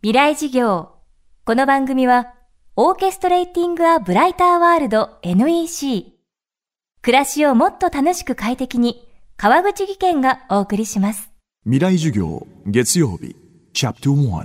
未来事業。この番組はオーケストレーティング・ア・ブライター・ワールド NEC 暮らしをもっと楽しく快適に川口義賢がお送りします。 未来授業月曜日チャプター1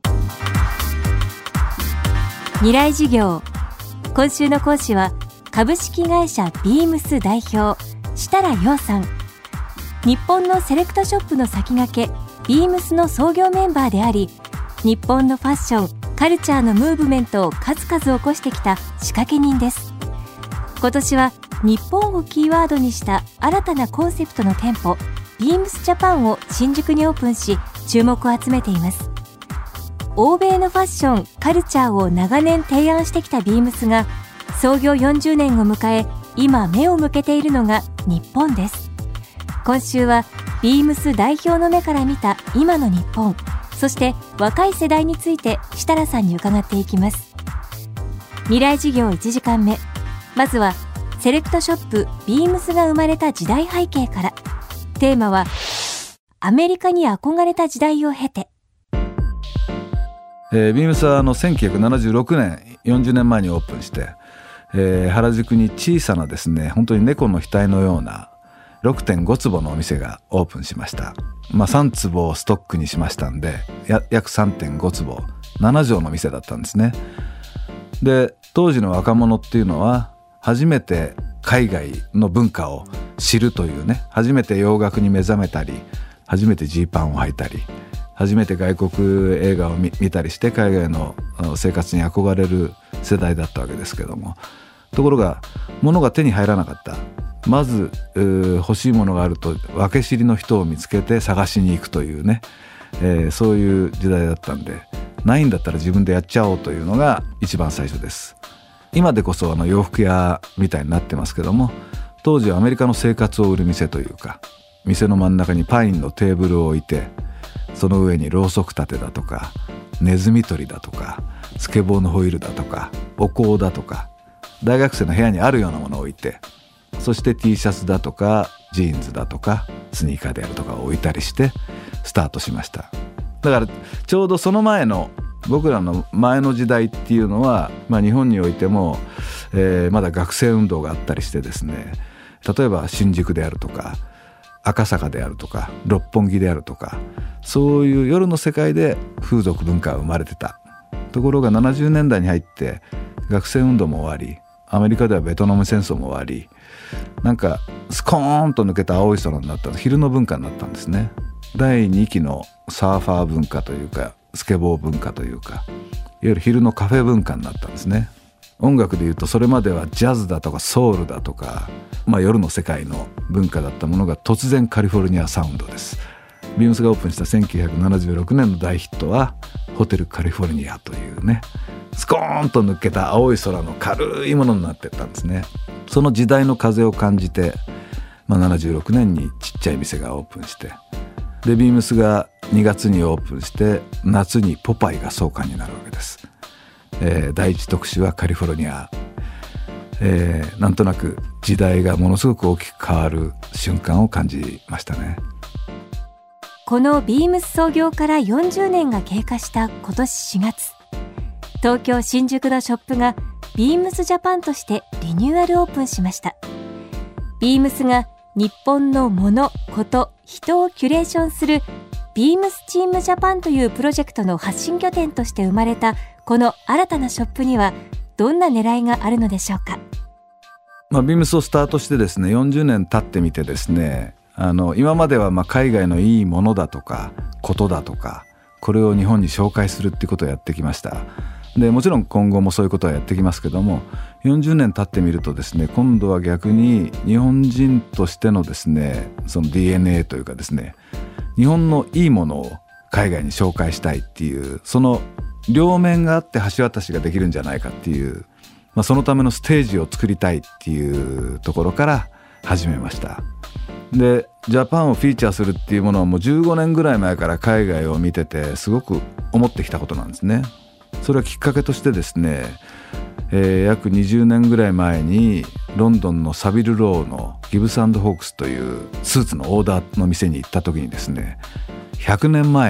未来事業。今週の講師は株式会社ビームス代表設楽陽さん。日本のセレクトショップの先駆けビームスの創業メンバーであり、日本のファッションカルチャーのムーブメントを数々起こしてきた仕掛け人です。今年は日本をキーワードにした新たなコンセプトの店舗ビームスジャパンを新宿にオープンし、注目を集めています。欧米のファッションカルチャーを長年提案してきたビームスが創業40年を迎え、今目を向けているのが日本です。今週はビームス代表の目から見た今の日本、そして若い世代について設楽さんに伺っていきます。未来事業1時間目。まずはセレクトショップビームスが生まれた時代背景から。テーマはアメリカに憧れた時代を経て。 ビームスは1976年40年前にオープンして、原宿に小さなですね、本当に猫の額のような 6.5 坪のお店がオープンしました。3坪をストックにしましたんで約 3.5 坪7畳の店だったんですね。で、当時の若者っていうのは初めて海外の文化を知るというね、初めて洋楽に目覚めたり、初めてジーパンを履いたり、初めて外国映画を 見たりして海外の生活に憧れる世代だったわけですけども、ところが物が手に入らなかった。まず欲しいものがあると分け知りの人を見つけて探しに行くというね、そういう時代だったんで、ないんだったら自分でやっちゃおうというのが一番最初です。今でこそ洋服屋みたいになってますけども、当時はアメリカの生活を売る店というか、店の真ん中にパインのテーブルを置いて、その上にろうそく立てだとかネズミ捕りだとかスケボーのホイールだとかお香だとか、大学生の部屋にあるようなものを置いて、そして T シャツだとかジーンズだとかスニーカーであるとかを置いたりしてスタートしました。だからちょうどその前の僕らの前の時代っていうのは、日本においても、まだ学生運動があったりしてですね、例えば新宿であるとか赤坂であるとか六本木であるとか、そういう夜の世界で風俗文化が生まれてた。ところが70年代に入って学生運動も終わり、アメリカではベトナム戦争も終わり、なんかスコーンと抜けた青い空になった、昼の文化になったんですね。第2期のサーファー文化というかスケボー文化というか、いわゆる昼のカフェ文化になったんですね。音楽でいうとそれまではジャズだとかソウルだとか、夜の世界の文化だったものが突然カリフォルニアサウンドです。ビームスがオープンした1976年の大ヒットはホテルカリフォルニアというね、スコーンと抜けた青い空の軽いものになってったんですね。その時代の風を感じて、76年にちっちゃい店がオープンして、でビームスが2月にオープンして夏にポパイが創刊になるわけです。第一特集はカリフォルニア。なんとなく時代がものすごく大きく変わる瞬間を感じましたね。 このビームス創業から40年が経過した今年4月、東京新宿のショップがビームスジャパンとしてリニューアルオープンしました。ビームスが日本の物、こと、人をキュレーションするビームスチームジャパンというプロジェクトの発信拠点として生まれたこの新たなショップにはどんな狙いがあるのでしょうか。 ビームスをスタートしてですね、40年経ってみてですね、今までは海外のいいものだとかことだとか、これを日本に紹介するっていうことをやってきました。でもちろん今後もそういうことはやってきますけども、40年経ってみるとですね、今度は逆に日本人としてのですね、その DNA というかですね、日本のいいものを海外に紹介したいっていう、その両面があって橋渡しができるんじゃないかっていう、そのためのステージを作りたいっていうところから始めました。でジャパンをフィーチャーするっていうものはもう15年ぐらい前から海外を見ててすごく思ってきたことなんですね。それはきっかけとしてですね、約20年ぐらい前にロンドンのサビルローのギブス&ホークスというスーツのオーダーの店に行った時にですね、100年前の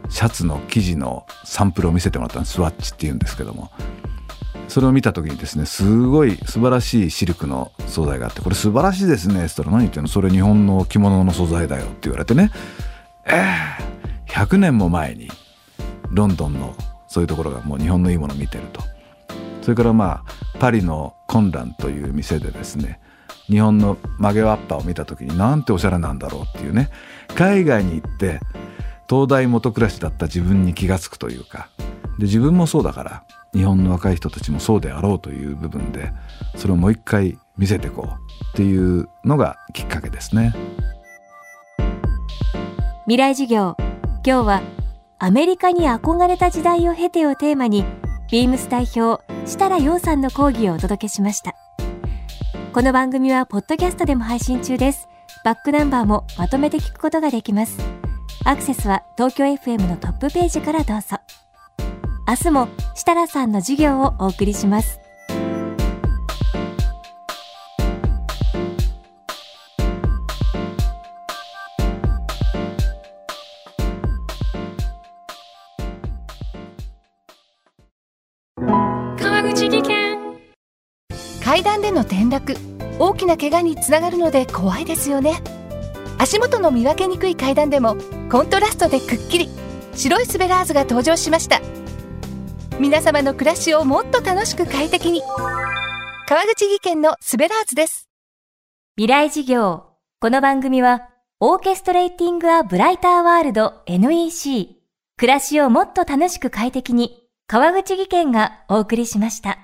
シャツの生地のサンプルを見せてもらったんです。スワッチっていうんですけども、それを見た時にですね、すごい素晴らしいシルクの素材があって、これ素晴らしいですねって言ったら、何言ってんの、それ日本の着物の素材だよって言われてね、100年も前にロンドンのそういうところがもう日本のいいものを見てると。それからパリのコンランという店でですね、日本の曲げわっぱを見た時に、なんておしゃれなんだろうっていうね、海外に行って東大元暮らしだった自分に気がつくというか、で自分もそうだから日本の若い人たちもそうであろうという部分で、それをもう一回見せていこうっていうのがきっかけですね。 未来授業、今日はアメリカに憧れた時代を経てをテーマに、ビームス代表設楽陽さんの講義をお届けしました。この番組はポッドキャストでも配信中です。バックナンバーもまとめて聞くことができます。アクセスは東京 FM のトップページからどうぞ。明日も設楽さんの授業をお送りします。 川口技研。階段での転落、大きな怪我につながるので怖いですよね。足元の見分けにくい階段でもコントラストでくっきり白いスベラーズが登場しました。皆様の暮らしをもっと楽しく快適に、川口技研のスベラーズです。 未来授業、この番組はオーケストレーティング・ア・ブライター・ワールド NEC、暮らしをもっと楽しく快適に、川口技研がお送りしました。